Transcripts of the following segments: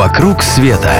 «Вокруг света»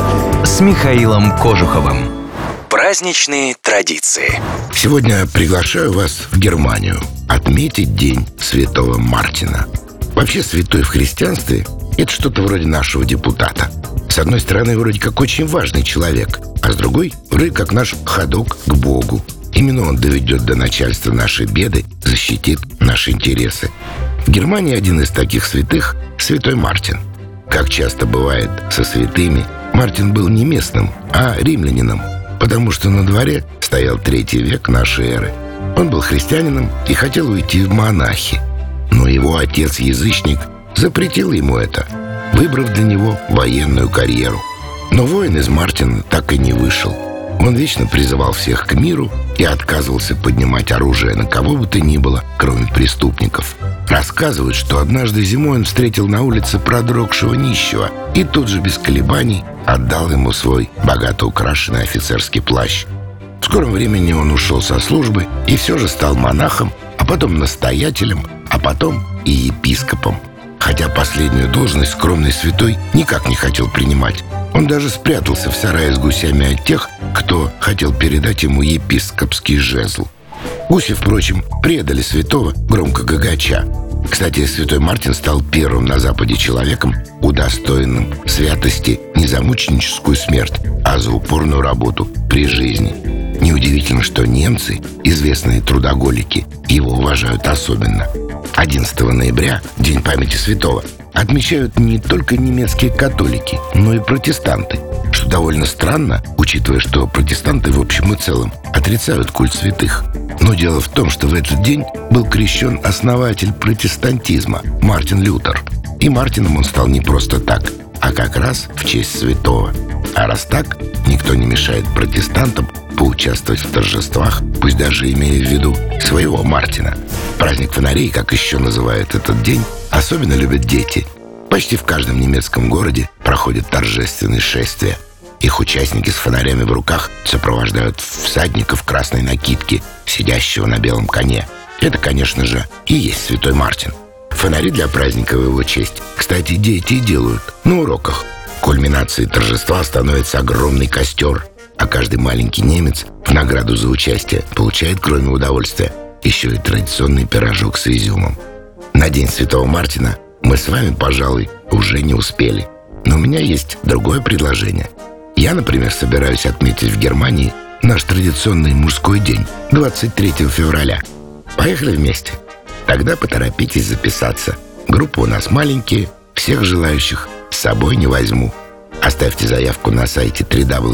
с Михаилом Кожуховым. Праздничные традиции. Сегодня приглашаю вас в Германию отметить День Святого Мартина. Вообще, святой в христианстве – это что-то вроде нашего депутата. С одной стороны, вроде как очень важный человек, а с другой – вроде как наш ходок к Богу. Именно он доведет до начальства наши беды, защитит наши интересы. В Германии один из таких святых – святой Мартин. Как часто бывает со святыми, Мартин был не местным, а римлянином, потому что на дворе стоял 3 век нашей эры. Он был христианином и хотел уйти в монахи. Но его отец-язычник запретил ему это, выбрав для него военную карьеру. Но воин из Мартина так и не вышел. Он вечно призывал всех к миру и отказывался поднимать оружие на кого бы то ни было, кроме преступников. Рассказывают, что однажды зимой он встретил на улице продрогшего нищего и тут же без колебаний отдал ему свой богато украшенный офицерский плащ. В скором времени он ушел со службы и все же стал монахом, а потом настоятелем, а потом и епископом. Хотя последнюю должность скромный святой никак не хотел принимать. Он даже спрятался в сарае с гусями от тех, кто хотел передать ему епископский жезл. Гуси, впрочем, предали святого, громко гагача. Кстати, святой Мартин стал первым на Западе человеком, удостоенным святости не за мученическую смерть, а за упорную работу при жизни. Неудивительно, что немцы, известные трудоголики, его уважают особенно. 11 ноября, День памяти святого, отмечают не только немецкие католики, но и протестанты, что довольно странно, учитывая, что протестанты в общем и целом отрицают культ святых. Но дело в том, что в этот день был крещен основатель протестантизма Мартин Лютер. И Мартином он стал не просто так, а как раз в честь святого. А раз так, никто не мешает протестантам поучаствовать в торжествах, пусть даже имея в виду своего Мартина. Праздник фонарей, как еще называют этот день, особенно любят дети. Почти в каждом немецком городе проходит торжественные шествия. Их участники с фонарями в руках сопровождают всадника в красной накидке, сидящего на белом коне. Это, конечно же, и есть святой Мартин. Фонари для праздника в его честь, кстати, дети и делают на уроках. Кульминацией торжества становится огромный костер, а каждый маленький немец в награду за участие получает, кроме удовольствия, еще и традиционный пирожок с изюмом. На День Святого Мартина мы с вами, пожалуй, уже не успели. Но у меня есть другое предложение. Я, например, собираюсь отметить в Германии наш традиционный мужской день, 23 февраля. Поехали вместе? Тогда поторопитесь записаться. Группы у нас маленькие, всех желающих с собой не возьму. Оставьте заявку на сайте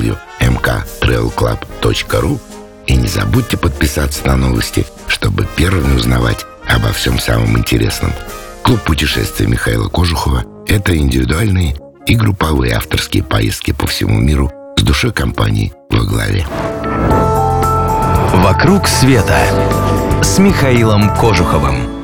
www.mktravelclub.ru и не забудьте подписаться на новости, чтобы первыми узнавать обо всем самом интересном. Клуб путешествий Михаила Кожухова – это индивидуальные и групповые авторские поездки по всему миру с душой компании во главе. «Вокруг света» с Михаилом Кожуховым.